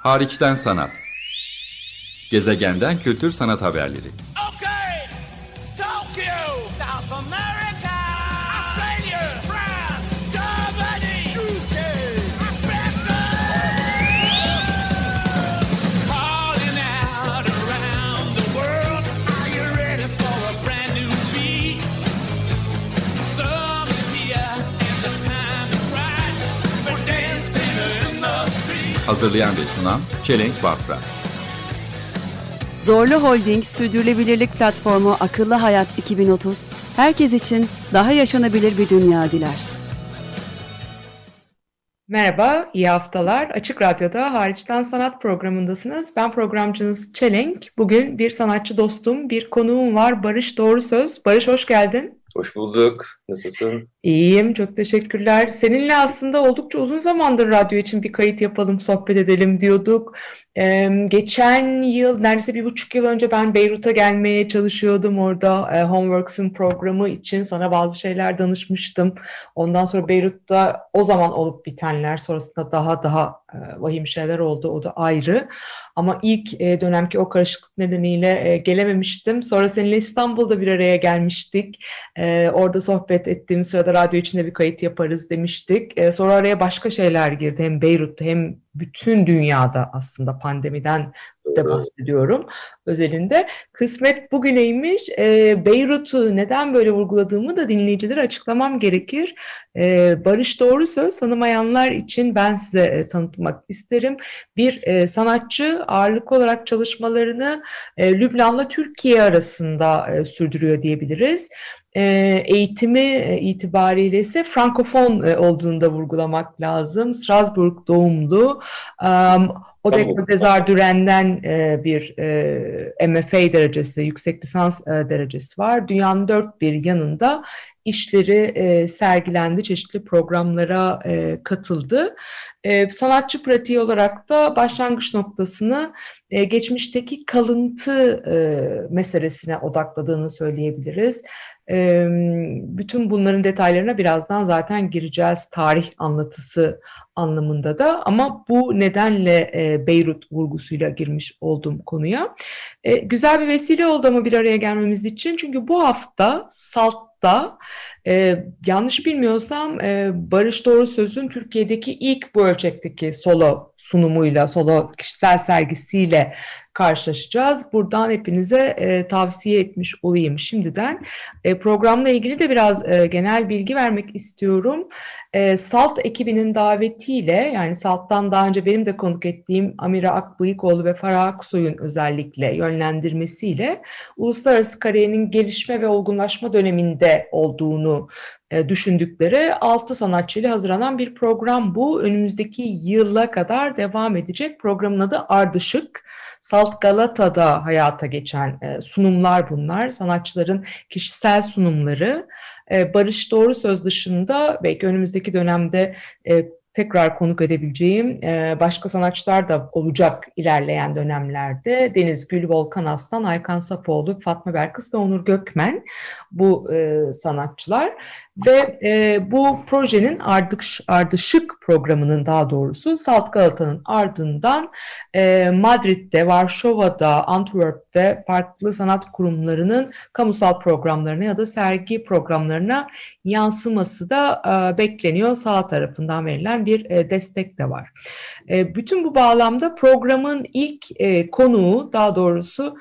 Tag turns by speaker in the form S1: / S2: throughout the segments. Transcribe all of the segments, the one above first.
S1: Hariçten sanat. Gezegenden kültür sanat haberleri.
S2: Okay, Tokyo, South America, Australia, France, Germany, UK, Africa. Calling out around the world, are you ready for a brand new beat? Summer's here and the time is right. We're dancing in the street.
S1: Hazırlayan ve sunan Çelenk Bafra.
S3: Zorlu Holding Sürdürülebilirlik Platformu Akıllı Hayat 2030, herkes için daha yaşanabilir bir dünya diler.
S4: Merhaba, iyi haftalar. Açık Radyo'da Hariçten Sanat programındasınız. Ben programcınız Çelenk. Bugün bir sanatçı dostum, bir konuğum var. Barış Doğrusöz. Barış, hoş geldin.
S5: Hoş bulduk. Nasılsın?
S4: İyiyim, çok teşekkürler. Seninle aslında oldukça uzun zamandır radyo için bir kayıt yapalım, sohbet edelim diyorduk. Geçen yıl, neredeyse 1,5 yıl önce ben Beyrut'a gelmeye çalışıyordum. Orada Homeworks'ın programı için sana bazı şeyler danışmıştım. Ondan sonra Beyrut'ta o zaman olup bitenler, sonrasında daha vahim şeyler oldu. O da ayrı. Ama ilk dönemki o karışıklık nedeniyle gelememiştim. Sonra seninle İstanbul'da bir araya gelmiştik. Orada sohbet ettiğim sırada radyo içinde bir kayıt yaparız demiştik. Sonra araya başka şeyler girdi. Hem Beyrut'ta hem bütün dünyada aslında pandemiden de bahsediyorum özelinde. Kısmet bugüneymiş. Beyrut'u neden böyle vurguladığımı da dinleyicilere açıklamam gerekir. Barış Doğrusöz, tanımayanlar için ben size tanıtmak isterim. Bir sanatçı, ağırlıklı olarak çalışmalarını Lübnan'la Türkiye arasında sürdürüyor diyebiliriz. Eğitimi itibariyle ise Frankofon olduğunu da vurgulamak lazım. Strasbourg doğumlu. Odeklo des Arts Duren'den bir MFA derecesi, yüksek lisans derecesi var. Dünyanın dört bir yanında işleri sergilendi, çeşitli programlara katıldı. Sanatçı pratiği olarak da başlangıç noktasını geçmişteki kalıntı meselesine odakladığını söyleyebiliriz. Bütün bunların detaylarına birazdan zaten gireceğiz, tarih anlatısı anlamında da, ama bu nedenle Beyrut vurgusuyla girmiş olduğum konuya. Güzel bir vesile oldu ama bir araya gelmemiz için, çünkü bu hafta SALT'ta yanlış bilmiyorsam Barış Doğrusöz'ün Türkiye'deki ilk bu ölçekteki solo sunumuyla, solo kişisel sergisiyle karşılaşacağız. Buradan hepinize tavsiye etmiş olayım şimdiden. Programla ilgili de biraz genel bilgi vermek istiyorum. SALT ekibinin davetiyle, yani SALT'tan daha önce benim de konuk ettiğim Amira Akbıyıkoğlu ve Farah Aksoy'un özellikle yönlendirmesiyle uluslararası kariyerin gelişme ve olgunlaşma döneminde olduğunu düşündükleri 6 sanatçıyla hazırlanan bir program bu. Önümüzdeki yıla kadar devam edecek. Programın adı Ardışık. Salt Galata'da hayata geçen sunumlar bunlar. Sanatçıların kişisel sunumları. Barış Doğrusöz dışında belki önümüzdeki dönemde tekrar konuk edebileceğim başka sanatçılar da olacak ilerleyen dönemlerde. Deniz Gül, Volkan Aslan, Aykan Safoğlu, Fatma Berkız ve Onur Gökmen bu sanatçılar. Ve bu projenin Ardışık programının, daha doğrusu Salt Galata'nın ardından Madrid'de, Varşova'da, Antwerp'te farklı sanat kurumlarının kamusal programlarına ya da sergi programlarına yansıması da bekleniyor. Sağ tarafından verilen bir destek de var. Bütün bu bağlamda programın ilk konuğu, daha doğrusu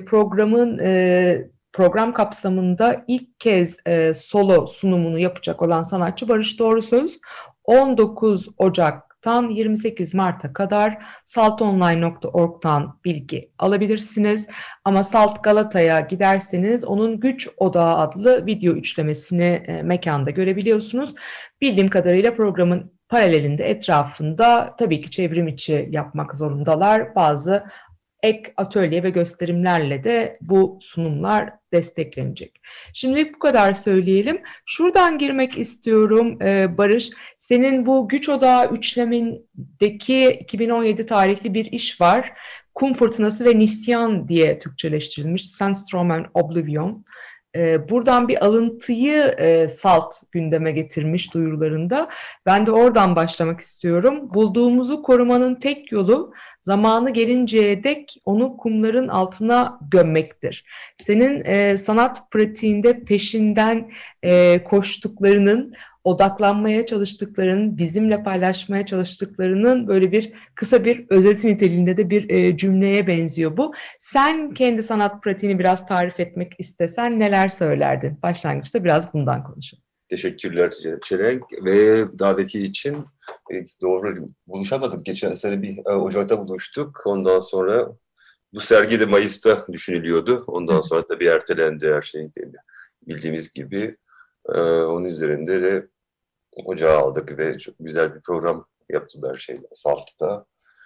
S4: program kapsamında ilk kez solo sunumunu yapacak olan sanatçı Barış Doğrusöz. 19 Ocak'tan 28 Mart'a kadar saltonline.org'dan bilgi alabilirsiniz. Ama Salt Galata'ya giderseniz onun Güç Odağı adlı video üçlemesini mekanda görebiliyorsunuz. Bildiğim kadarıyla programın paralelinde, etrafında tabii ki çevrim içi yapmak zorundalar. Bazı ek atölye ve gösterimlerle de bu sunumlar desteklenecek. Şimdilik bu kadar söyleyelim. Şuradan girmek istiyorum Barış. Senin bu Güç Odağı üçlemindeki 2017 tarihli bir iş var. Kum Fırtınası ve Nisyan diye Türkçeleştirilmiş. Sandstorm and Oblivion. Buradan bir alıntıyı Salt gündeme getirmiş duyurularında. Ben de oradan başlamak istiyorum. Bulduğumuzu korumanın tek yolu zamanı gelinceye dek onu kumların altına gömmektir. Senin sanat pratiğinde peşinden koştuklarının, odaklanmaya çalıştıklarının, bizimle paylaşmaya çalıştıklarının böyle bir kısa bir özeti niteliğinde de bir cümleye benziyor bu. Sen kendi sanat pratiğini biraz tarif etmek istesen neler söylerdin? Başlangıçta biraz bundan konuşalım.
S5: Teşekkürler Çelenk ve daveti için. Doğru buluşamadık. Geçen sene bir Ocak'ta buluştuk. Ondan sonra bu sergi de Mayıs'ta düşünülüyordu. Ondan sonra tabii ertelendi her şey bildiğimiz gibi. Onun üzerinde de Ocağı aldık ve çok güzel bir program yaptılar Salt'ta.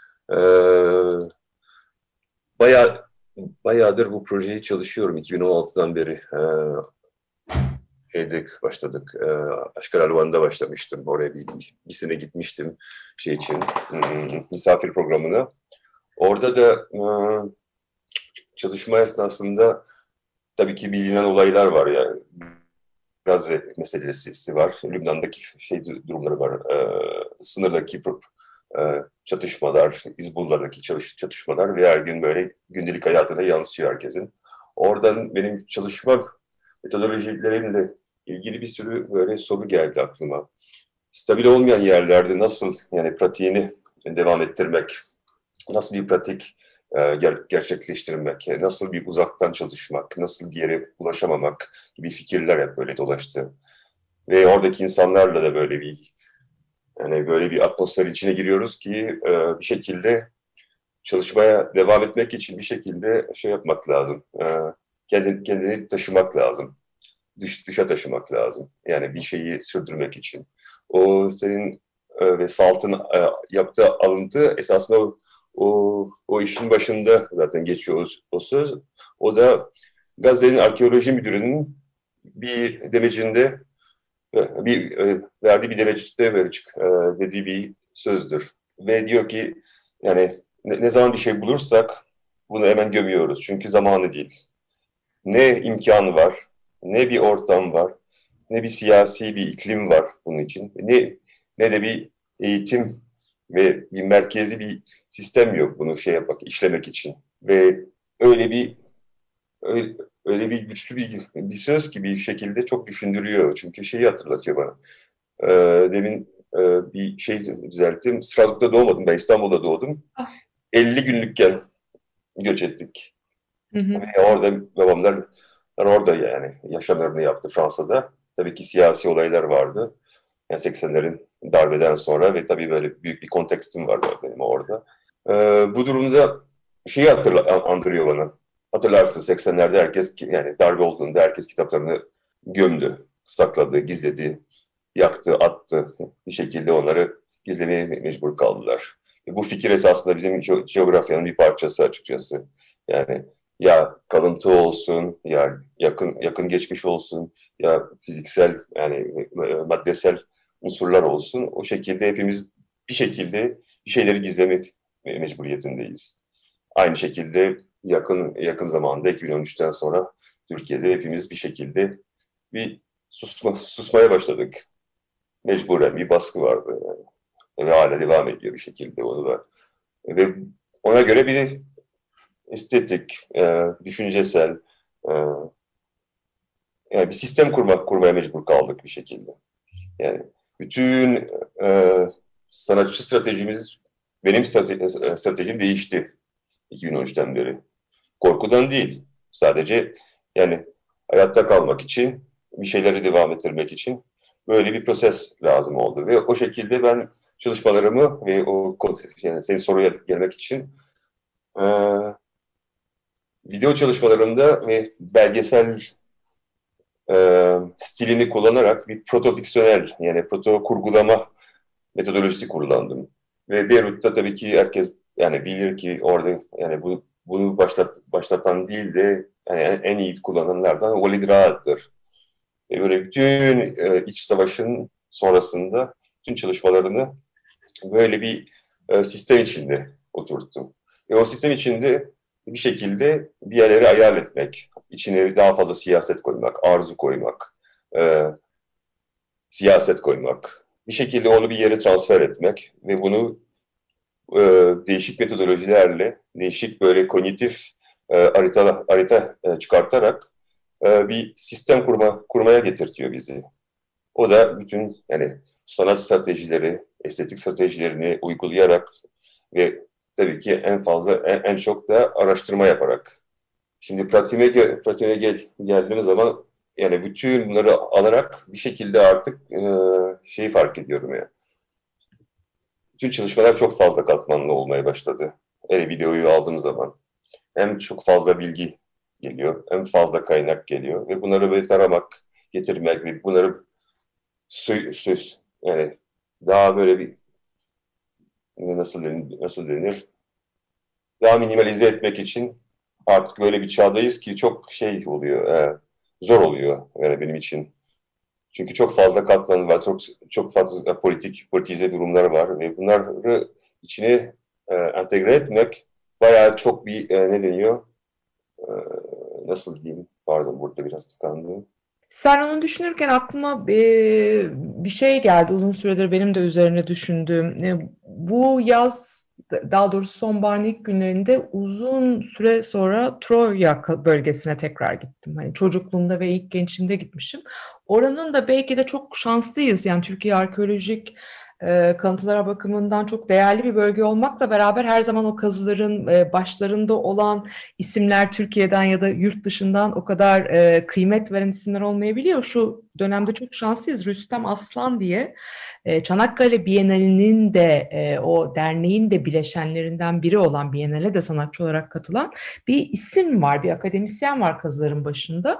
S5: Bayağıdır bu projeyi çalışıyorum. 2016'dan beri başladık. Aşkar Alvan'da başlamıştım. Oraya bir sene gitmiştim misafir programına. Orada da çalışma esnasında tabii ki bilinen olaylar var yani. Gazze meselesi var. Lübnan'daki durumları var. Sınırdaki çatışmalar, İzbullah'daki çatışmalar ve her gün böyle gündelik hayatına yansıyor herkesin. Oradan benim çalışma metodolojilerimle ilgili bir sürü böyle soru geldi aklıma. Stabil olmayan yerlerde nasıl yani pratiğini devam ettirmek, nasıl bir pratik gerçekleştirmek, nasıl bir uzaktan çalışmak, nasıl bir yere ulaşamamak gibi fikirler hep böyle dolaştı. Ve oradaki insanlarla da böyle bir atmosfer içine giriyoruz ki bir şekilde çalışmaya devam etmek için bir şekilde yapmak lazım. Kendini taşımak lazım. Dışa taşımak lazım. Yani bir şeyi sürdürmek için. O senin ve Salt'ın yaptığı alıntı esasında o işin başında zaten geçiyor o söz. O da Gazze'nin arkeoloji müdürünün bir demecinde verdiği bir demecinde dediği bir sözdür. Ve diyor ki yani ne zaman bir şey bulursak bunu hemen gömüyoruz. Çünkü zamanı değil. Ne imkanı var, ne bir ortam var, ne bir siyasi bir iklim var bunun için. Ne de bir eğitim ve bir merkezi bir sistem yok bunu işlemek için. Ve öyle bir güçlü bir söz ki bir şekilde çok düşündürüyor. Çünkü hatırlatıyor bana. Demin bir şey düzelttim. Strasbourg'da doğmadım. Ben İstanbul'da doğdum. 50 günlükken göç ettik. Ve orada babamlar orada yani yaşamlarını yaptı Fransa'da. Tabii ki siyasi olaylar vardı. Yani 80'lerin darbeden sonra ve tabii böyle büyük bir kontekstim vardı benim orada. Bu durumda andırıyor bana. Hatırlarsın 80'lerde herkes yani darbe olduğunda herkes kitaplarını gömdü, sakladı, gizledi, yaktı, attı. Bir şekilde onları gizlemeye mecbur kaldılar. Bu fikir esasında bizim coğrafyanın bir parçası açıkçası. Yani ya kalıntı olsun, ya yakın geçmiş olsun, ya fiziksel yani maddesel unsurlar olsun. O şekilde hepimiz bir şekilde bir şeyleri gizlemek mecburiyetindeyiz. Aynı şekilde yakın zamanda 2013'ten sonra Türkiye'de hepimiz bir şekilde susmaya başladık. Mecburen bir baskı vardı yani. Ve hala devam ediyor bir şekilde onu da. Ve ona göre bir estetik, düşüncesel yani bir sistem kurmaya mecbur kaldık bir şekilde. Yani bütün sanatçı stratejimiz, benim stratejim değişti 2013'ten beri. Korkudan değil, sadece yani hayatta kalmak için, bir şeyleri devam ettirmek için böyle bir proses lazım oldu. Ve o şekilde ben çalışmalarımı ve yani senin soruya gelmek için video çalışmalarımda ve belgesel stilini kullanarak bir protofiksiyonel yani proto kurgulama metodolojisi kullandım. Ve Beyrut'ta tabii ki herkes yani bilir ki orada yani bunu başlatan değil de yani en iyi kullananlardan Walid Raad'dır. Böyle bütün iç savaşın sonrasında bütün çalışmalarını böyle bir sistem içinde oturttum. Ve o sistem içinde bir şekilde bir yerlere ayar etmek, içine daha fazla siyaset koymak, arzu koymak, siyaset koymak. Bir şekilde onu bir yere transfer etmek ve bunu değişik metodolojilerle, değişik böyle kognitif harita çıkartarak bir sistem kurmaya getirtiyor bizi. O da bütün yani sanat stratejileri, estetik stratejilerini uygulayarak ve tabii ki en çok da araştırma yaparak. Şimdi pratiğime geldiğimiz zaman yani bütün bunları alarak bir şekilde artık şeyi fark ediyorum ya. Bütün çalışmalar çok fazla katmanlı olmaya başladı. Hele videoyu aldığım zaman. Hem çok fazla bilgi geliyor, hem fazla kaynak geliyor ve bunları böyle taramak, getirmek ve bunları yani daha böyle bir nasıl denir? Daha minimalize etmek için artık böyle bir çağdayız ki çok şey oluyor, zor oluyor yani benim için. Çünkü çok fazla katman var, çok fazla politize durumlar var ve bunları içine entegre etmek bayağı çok bir ne deniyor? Nasıl diyeyim? Pardon, burada biraz tıkandım.
S4: Sen onu düşünürken aklıma bir şey geldi. Uzun süredir benim de üzerine düşündüğüm. Bu yaz, daha doğrusu sonbaharın ilk günlerinde uzun süre sonra Troya bölgesine tekrar gittim. Hani çocukluğumda ve ilk gençliğimde gitmişim. Oranın da belki de çok şanslıyız. Yani Türkiye arkeolojik kalıntılara bakımından çok değerli bir bölge olmakla beraber her zaman o kazıların başlarında olan isimler Türkiye'den ya da yurt dışından o kadar kıymet veren isimler olmayabiliyor. Şu dönemde çok şanslıyız. Rüstem Aslan diye Çanakkale Bienalinin de o derneğin de bileşenlerinden biri olan, Bienale de sanatçı olarak katılan bir isim var, bir akademisyen var kazıların başında.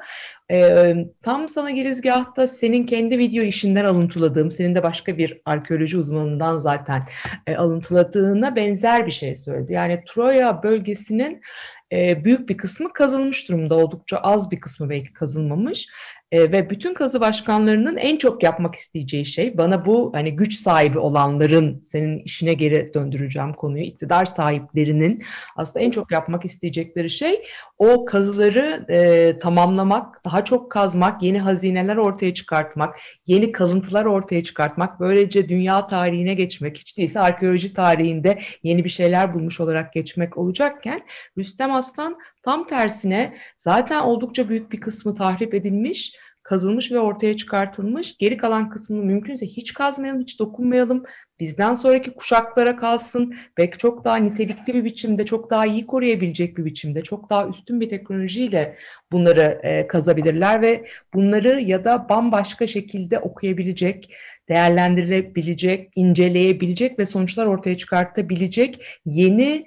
S4: Tam sana girizgahta senin kendi video işinden alıntıladığım, senin de başka bir arkeoloji uzmanından zaten alıntıladığına benzer bir şey söyledi. Yani Troya bölgesinin büyük bir kısmı kazılmış durumda, oldukça az bir kısmı belki kazılmamış. Ve bütün kazı başkanlarının en çok yapmak isteyeceği şey, bana bu hani güç sahibi olanların, senin işine geri döndüreceğim konuyu, iktidar sahiplerinin aslında en çok yapmak isteyecekleri şey o kazıları tamamlamak, daha çok kazmak, yeni hazineler ortaya çıkartmak, yeni kalıntılar ortaya çıkartmak, böylece dünya tarihine geçmek, hiç değilse arkeoloji tarihinde yeni bir şeyler bulmuş olarak geçmek olacakken Rüstem Aslan tam tersine zaten oldukça büyük bir kısmı tahrip edilmiş, kazılmış ve ortaya çıkartılmış. Geri kalan kısmını mümkünse hiç kazmayalım, hiç dokunmayalım. Bizden sonraki kuşaklara kalsın. Belki çok daha nitelikli bir biçimde, çok daha iyi koruyabilecek bir biçimde, çok daha üstün bir teknolojiyle bunları kazabilirler ve bunları ya da bambaşka şekilde okuyabilecek, değerlendirilebilecek, inceleyebilecek ve sonuçlar ortaya çıkartabilecek yeni,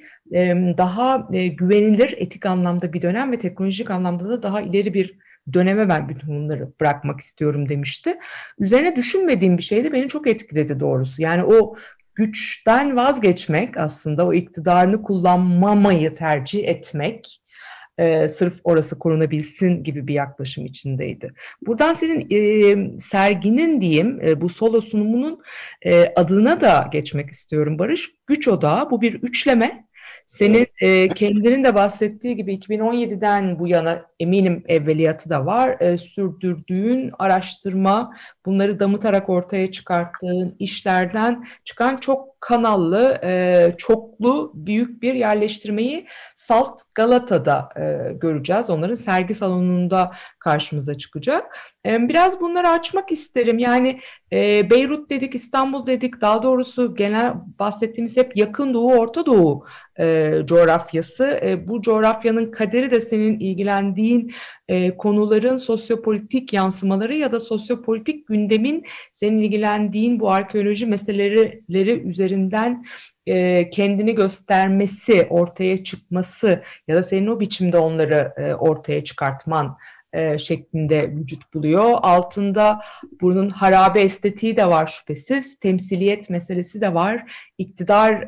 S4: daha güvenilir etik anlamda bir dönem ve teknolojik anlamda da daha ileri bir döneme ben bütün bunları bırakmak istiyorum demişti. Üzerine düşünmediğim bir şeydi, beni çok etkiledi doğrusu. Yani o güçten vazgeçmek, aslında o iktidarını kullanmamayı tercih etmek, sırf orası korunabilsin gibi bir yaklaşım içindeydi. Buradan senin serginin diyeyim, bu solo sunumunun adına da geçmek istiyorum Barış. Güç Odağı, bu bir üçleme. Senin kendinin de bahsettiği gibi 2017'den bu yana eminim evveliyatı da var. Sürdürdüğün araştırma, bunları damıtarak ortaya çıkarttığın işlerden çıkan çok kanallı, çoklu, büyük bir yerleştirmeyi Salt Galata'da göreceğiz. Onların sergi salonunda karşımıza çıkacak. Biraz bunları açmak isterim. Yani Beyrut dedik, İstanbul dedik. Daha doğrusu genel bahsettiğimiz hep Yakın Doğu, Orta Doğu coğrafyası. Bu coğrafyanın kaderi de senin ilgilendiğin konuların sosyopolitik yansımaları ya da sosyopolitik gündemin senin ilgilendiğin bu arkeoloji meseleleri üzerinden kendini göstermesi, ortaya çıkması ya da senin o biçimde onları ortaya çıkartman şeklinde vücut buluyor. Altında bunun harabe estetiği de var şüphesiz, temsiliyet meselesi de var, iktidar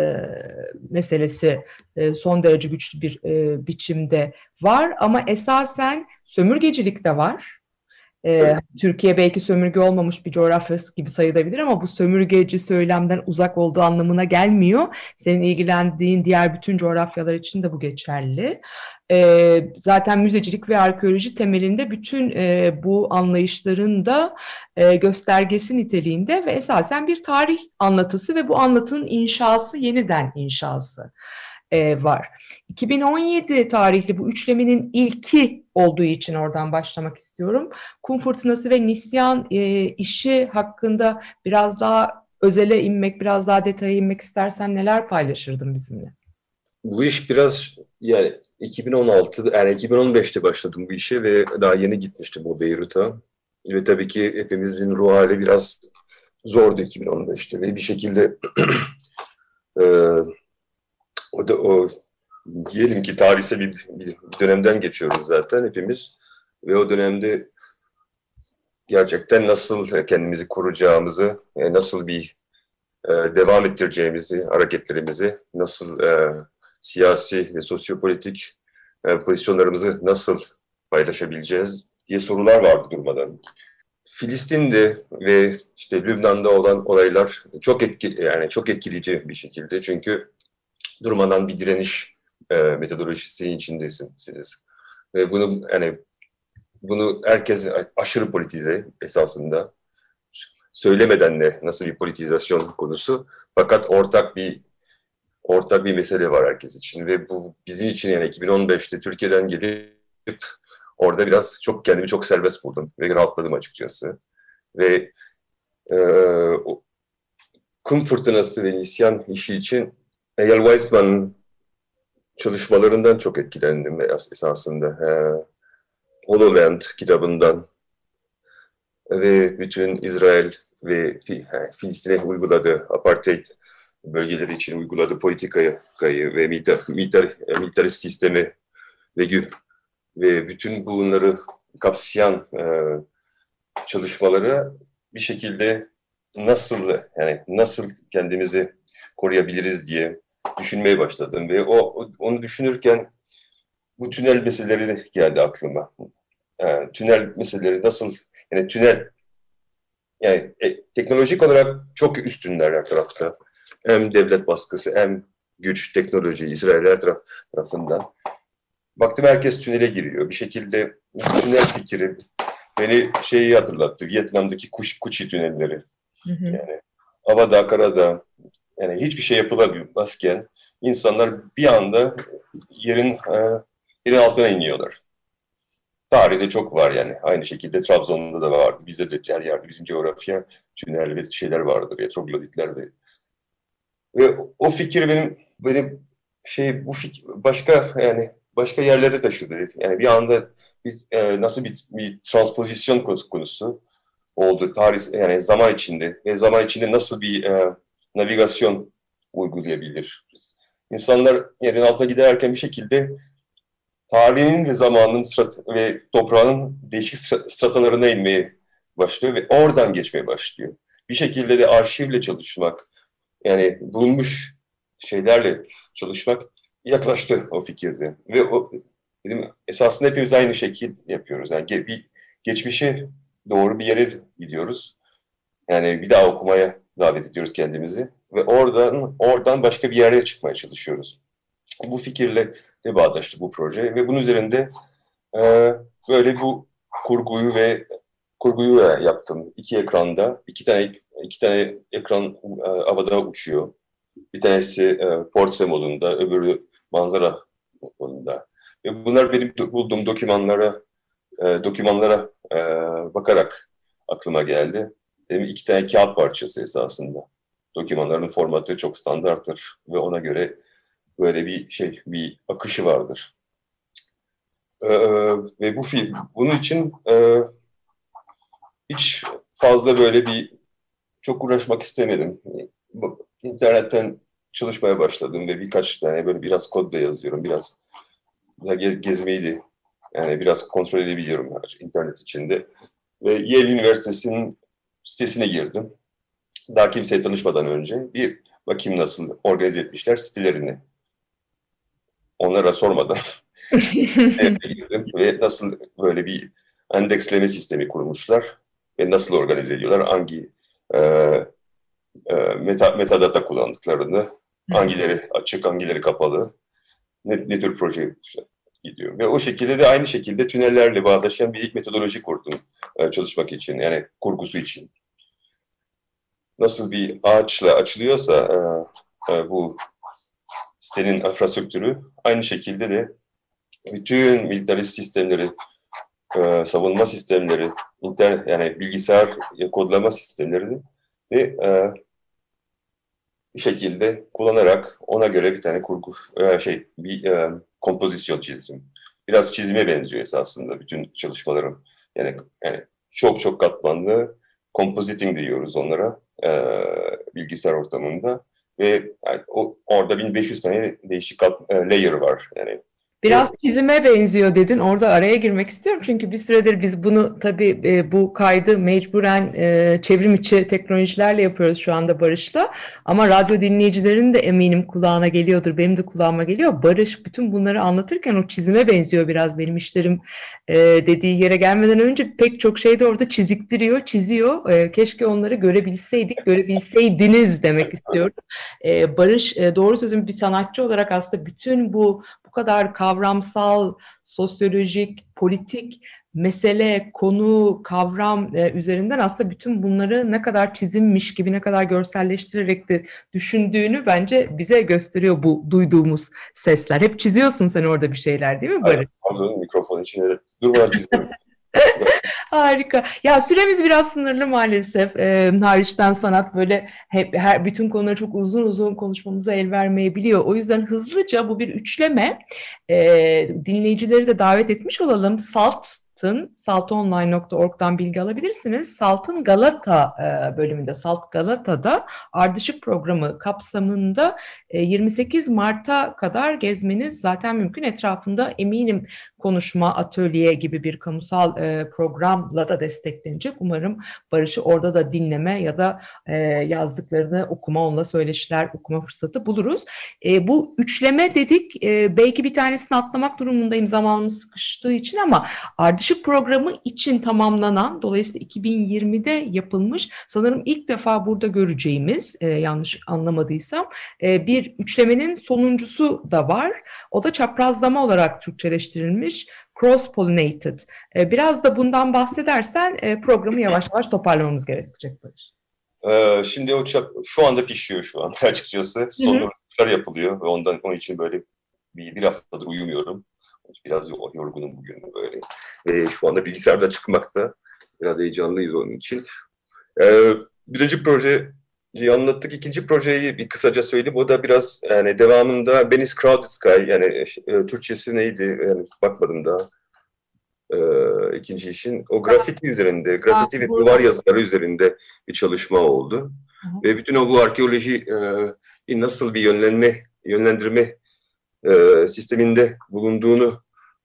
S4: meselesi son derece güçlü bir biçimde var ama esasen sömürgecilik de var. Türkiye belki sömürge olmamış bir coğrafyası gibi sayılabilir ama bu sömürgeci söylemden uzak olduğu anlamına gelmiyor. Senin ilgilendiğin diğer bütün coğrafyalar için de bu geçerli. Zaten müzecilik ve arkeoloji temelinde bütün bu anlayışların da göstergesi niteliğinde ve esasen bir tarih anlatısı ve bu anlatının inşası, yeniden inşası var. 2017 tarihli bu üçlemenin ilki olduğu için oradan başlamak istiyorum. Kum Fırtınası ve Nisyan işi hakkında biraz daha özele inmek, biraz daha detaya inmek istersen neler paylaşırdın bizimle?
S5: Bu iş biraz yani 2016, yani 2015'te başladım bu işe ve daha yeni gitmiştim bu Beyrut'a. Ve tabii ki hepimizin ruh hali biraz zordu 2015'te ve bir şekilde o diyelim ki tarihsel bir dönemden geçiyoruz zaten hepimiz ve o dönemde gerçekten nasıl kendimizi koruyacağımızı, nasıl bir devam ettireceğimizi, hareketlerimizi, nasıl siyasi ve sosyopolitik pozisyonlarımızı nasıl paylaşabileceğiz diye sorular vardı durmadan. Filistin'de ve işte Lübnan'da olan olaylar çok etkileyici bir şekilde çünkü durmadan bir direniş metodolojisi içindesiniz. Ve bunu herkes aşırı politize esasında söylemeden de nasıl bir politizasyon konusu fakat ortak bir mesele var herkes için ve bu bizim için yani 2015'te Türkiye'den gelip orada biraz kendimi çok serbest buldum ve rahatladım açıkçası ve Kum Fırtınası ve Nisyan işi için Eyal Weizman'ın çalışmalarından çok etkilendim esasında. Hololand kitabından ve bütün İsrail ve Filistin'e uyguladığı apartheid bölgeleri için uyguladığı politikayı ve militarist sistemi ve bütün bunları kapsayan çalışmaları bir şekilde nasıl kendimizi koruyabiliriz diye düşünmeye başladım ve onu düşünürken bu tünel meseleleri geldi aklıma. Tünel meseleleri nasıl teknolojik olarak çok üstünler her tarafta. Hem devlet baskısı hem güç, teknoloji İsrail tarafından. Baktım herkes tünele giriyor. Bir şekilde tünel fikri beni hatırlattı. Vietnam'daki Kuchi tünelleri. Yani havada, karada yani hiçbir şey yapılamazken insanlar bir anda yerin altına iniyorlar. Tarihte çok var yani. Aynı şekilde Trabzon'da da vardı. Bizde de her yerde bizim coğrafya tünel ve şeyler vardı. Retrogloditler ve o fikir benim bu fikir başka yerlere taşıdı. Yani bir anda nasıl bir transpozisyon konusu oldu yani zaman içinde ve zaman içinde nasıl bir navigasyon uygulayabiliriz. İnsanlar yerin altına giderken bir şekilde tarihin ve zamanın ve toprağın değişik stratalarına inmeye başlıyor ve oradan geçmeye başlıyor. Bir şekilde de arşivle çalışmak, yani bulunmuş şeylerle çalışmak yaklaştı o fikirde. Ve esasında hepimiz aynı şekil yapıyoruz. Yani bir geçmişe doğru bir yere gidiyoruz. Yani bir daha okumaya davet ediyoruz kendimizi ve oradan başka bir yere çıkmaya çalışıyoruz. Bu fikirle de bağdaştı bu proje ve bunun üzerinde böyle bu kurguyu yaptım. İki ekranda, iki tane ekran havada uçuyor. Bir tanesi portre modunda, öbürü manzara modunda. Ve bunlar benim bulduğum dokümanlara bakarak aklıma geldi. Benim iki tane kağıt parçası esasında. Dokümanların formatı çok standarttır ve ona göre böyle bir akışı vardır. Ve bunun için hiç fazla çok uğraşmak istemedim. İnternetten çalışmaya başladım ve birkaç tane böyle biraz kod da yazıyorum, biraz da gezmeyi de yani biraz kontrol edebiliyorum internet içinde. Ve Yale Üniversitesi'nin sitesine girdim. Daha kimseye tanışmadan önce bir bakayım nasıl organize etmişler sitelerini. Onlara sormadan girdim ve nasıl böyle bir endeksleme sistemi kurmuşlar ve nasıl organize ediyorlar, hangi metadata kullandıklarını, hangileri açık, hangileri kapalı, ne tür proje gidiyor. Ve o şekilde de aynı şekilde tünellerle bağdaşan bir metodoloji kurdum çalışmak için, yani kurgusu için. Nasıl bir ağaçla açılıyorsa bu sitenin infrastruktürü, aynı şekilde de bütün militarist sistemleri, savunma sistemleri, yani bilgisayar kodlama sistemlerini ve bir şekilde kullanarak ona göre bir tane kurgu, bir kompozisyon çizdim. Biraz çizime benziyor esasında bütün çalışmalarım. Yani çok çok katmanlı compositing diyoruz onlara bilgisayar ortamında ve yani orada 1500 tane değişik layer var. Yani
S4: Biraz çizime benziyor dedin. Orada araya girmek istiyorum. Çünkü bir süredir biz bunu tabii bu kaydı mecburen çevrim içi teknolojilerle yapıyoruz şu anda Barış'la. Ama radyo dinleyicilerin de eminim kulağına geliyordur. Benim de kulağıma geliyor. Barış bütün bunları anlatırken o çizime benziyor biraz benim işlerim dediği yere gelmeden önce pek çok şey de orada çiziktiriyor, çiziyor. Keşke onları görebilseydik, görebilseydiniz demek istiyorum. Barış doğru sözün bir sanatçı olarak aslında bütün bu kadar kavramsal, sosyolojik, politik mesele, konu, kavram üzerinden aslında bütün bunları ne kadar çizimmiş gibi, ne kadar görselleştirerek de düşündüğünü bence bize gösteriyor bu duyduğumuz sesler. Hep çiziyorsun sen orada bir şeyler değil mi Barış?
S5: Pardon, mikrofon için evet. Durmadan çiziyorum.
S4: Harika. Ya süremiz biraz sınırlı maalesef. Hariçten sanat böyle bütün konuları çok uzun uzun konuşmamıza el vermeyebiliyor. O yüzden hızlıca bu bir üçleme. Dinleyicileri de davet etmiş olalım. saltonline.org'dan bilgi alabilirsiniz. Salt'ın Galata bölümünde, Salt Galata'da Ardışık programı kapsamında 28 Mart'a kadar gezmeniz zaten mümkün. Etrafında eminim konuşma, atölye gibi bir kamusal programla da desteklenecek. Umarım Barış'ı orada da dinleme ya da yazdıklarını okuma, onunla söyleşiler okuma fırsatı buluruz. Bu üçleme dedik. Belki bir tanesini atlamak durumundayım zamanımız sıkıştığı için ama Ardışık programı için tamamlanan, dolayısıyla 2020'de yapılmış, sanırım ilk defa burada göreceğimiz, yanlış anlamadıysam, bir üçlemenin sonuncusu da var. O da çaprazlama olarak Türkçeleştirilmiş. Cross-pollinated. Biraz da bundan bahsedersen programı yavaş yavaş toparlamamız gerekecek Barış.
S5: Şimdi şu anda pişiyor şu anda açıkçası. Sonlar yapılıyor ve onun için böyle bir haftadır uyumuyorum. Biraz yorgunum bugün böyle. Ve şu anda bilgisayarda çıkmakta. Biraz heyecanlıyız onun için. Birinci projeyi anlattık. İkinci projeyi bir kısaca söyleyeyim. O da biraz yani devamında Venice Crowded Sky, yani Türkçesi neydi? Yani bakmadım daha. İkinci işin o grafiti üzerinde, grafiti ve duvar yazıları üzerinde bir çalışma oldu. Ve bütün bu arkeoloji nasıl bir yönlendirme sisteminde bulunduğunu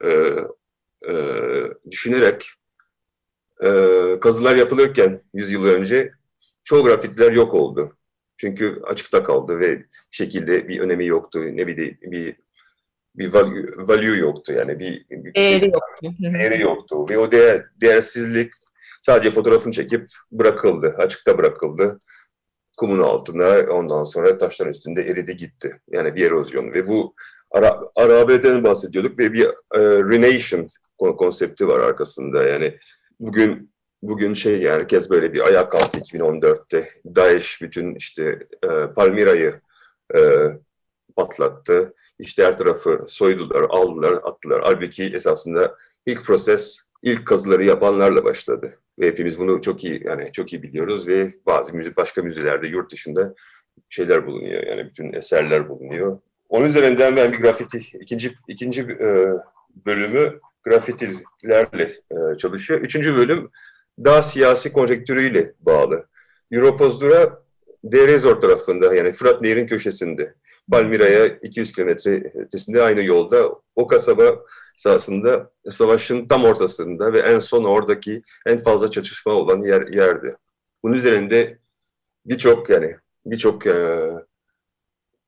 S5: düşünerek kazılar yapılırken 100 yıl önce çoğu grafitiler yok oldu. Çünkü açıkta kaldı ve bir şekilde bir önemi yoktu. Ne bir value yoktu, yani bir değeri yoktu. Ve o değersizlik sadece fotoğrafını çekip bırakıldı, açıkta bırakıldı. Kumun altına, ondan sonra taşların üstünde eridi gitti. Yani bir erozyon. Ve bu Arabe'den bahsediyorduk ve bir renation konsepti var arkasında. Yani bugün yani herkes böyle bir ayağa kalktı 2014'te. Daesh bütün işte Palmira'yı patlattı. İşte her tarafı soydular, aldılar, attılar. Halbuki esasında ilk kazıları yapanlarla başladı. Ve hepimiz bunu çok iyi biliyoruz ve başka müzelerde, yurt dışında şeyler bulunuyor. Yani bütün eserler bulunuyor. Onun üzerinden ben bir grafiti, ikinci bölümü grafitilerle çalışıyor. Üçüncü bölüm daha siyasi konjektürüyle bağlı. Europozdura Derezor tarafında, yani Fırat Nehri'nin köşesinde. Palmira'ya 200 kilometre ötesinde aynı yolda, o kasaba esasında savaşın tam ortasında ve en son oradaki en fazla çatışma olan yerdi. Bunun üzerinde birçok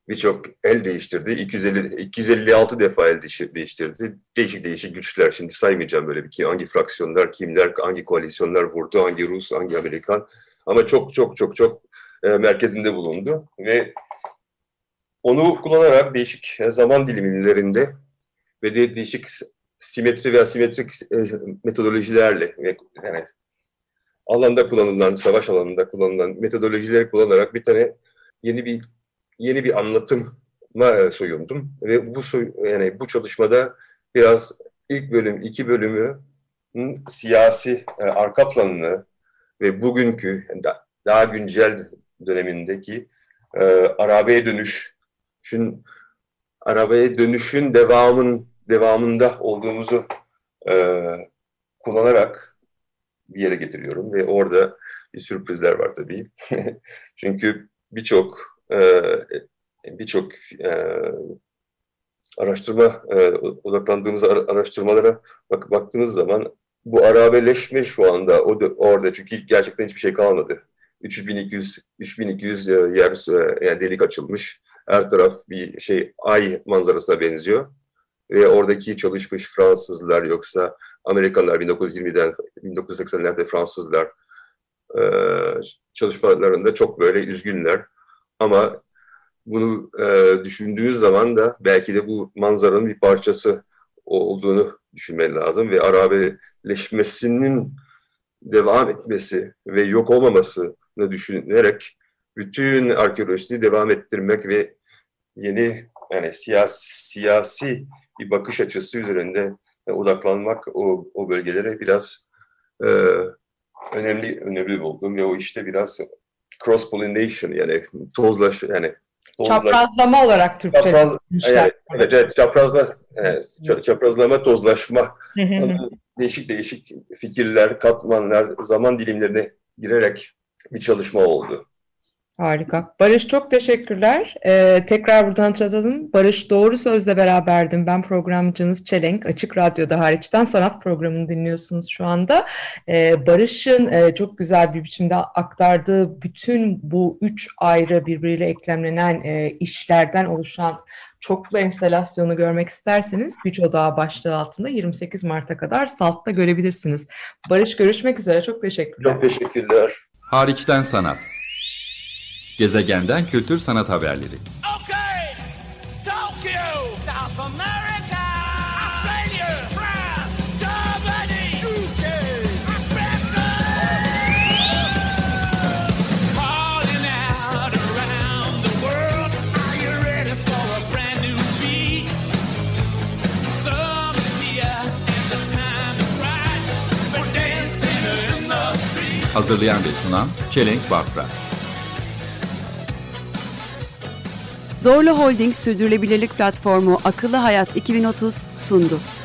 S5: birçok el değiştirdi. 256 defa el değiştirdi. Değişik değişik güçler. Şimdi saymayacağım böyle hangi fraksiyonlar, kimler, hangi koalisyonlar vurdu, hangi Rus, hangi Amerikan. Ama çok merkezinde bulundu ve onu kullanarak değişik zaman dilimlerinde ve değişik simetri ve asimetrik metodolojilerle ve yani alanda kullanılan, savaş alanında kullanılan metodolojileri kullanarak bir tane yeni bir anlatıma soyundum ve bu çalışmada biraz ilk bölüm, iki bölümü siyasi arka planını ve bugünkü daha güncel dönemindeki arabaya dönüşün devamında olduğumuzu kullanarak bir yere getiriyorum ve orada bir sürprizler var tabii. Çünkü birçok odaklandığımız araştırmalara baktığınız zaman bu arabeleşme şu anda orada çünkü gerçekten hiçbir şey kalmadı. 3200 yer yani delik açılmış. Her taraf bir ay manzarasına benziyor. Ve oradaki çalışmış Fransızlar yoksa Amerikanlar 1980'lerde Fransızlar çalışmalarında çok böyle üzgünler. Ama bunu düşündüğünüz zaman da belki de bu manzaranın bir parçası olduğunu düşünmen lazım ve arabeleşmesinin devam etmesi ve yok olmamasını düşünerek bütün arkeolojisini devam ettirmek ve yeni yani siyasi bir bakış açısı üzerinde odaklanmak o bölgelere biraz önemli buldum ve o işte biraz cross pollination yani
S4: çaprazlama olarak Türkçe.
S5: Çaprazlama, tozlaşma, değişik fikirler, katmanlar, zaman dilimlerine girerek bir çalışma oldu.
S4: Harika. Barış çok teşekkürler. Tekrar buradan hatırlatalım. Barış Doğru Söz'le beraberdim. Ben programcınız Çelenk. Açık Radyo'da Hariçten Sanat programını dinliyorsunuz şu anda. Barış'ın çok güzel bir biçimde aktardığı bütün bu 3 ayrı birbiriyle eklemlenen işlerden oluşan çoklu enstalasyonu görmek isterseniz Güç Odağı başlığı altında 28 Mart'a kadar Salt'ta görebilirsiniz. Barış görüşmek üzere. Çok teşekkürler.
S5: Çok teşekkürler.
S1: Hariçten Sanat. Gezegenden kültür sanat haberleri.
S2: Okay, Tokyo, South America, Australia, France, Germany, UK, Africa. Calling out around the world, are you ready for a brand new beat? Summer's here and the time is right. We're dancing in the street.
S1: Hazırlayan ve sunan Çelenk Bafra.
S3: Zorlu Holding Sürdürülebilirlik Platformu Akıllı Hayat 2030 sundu.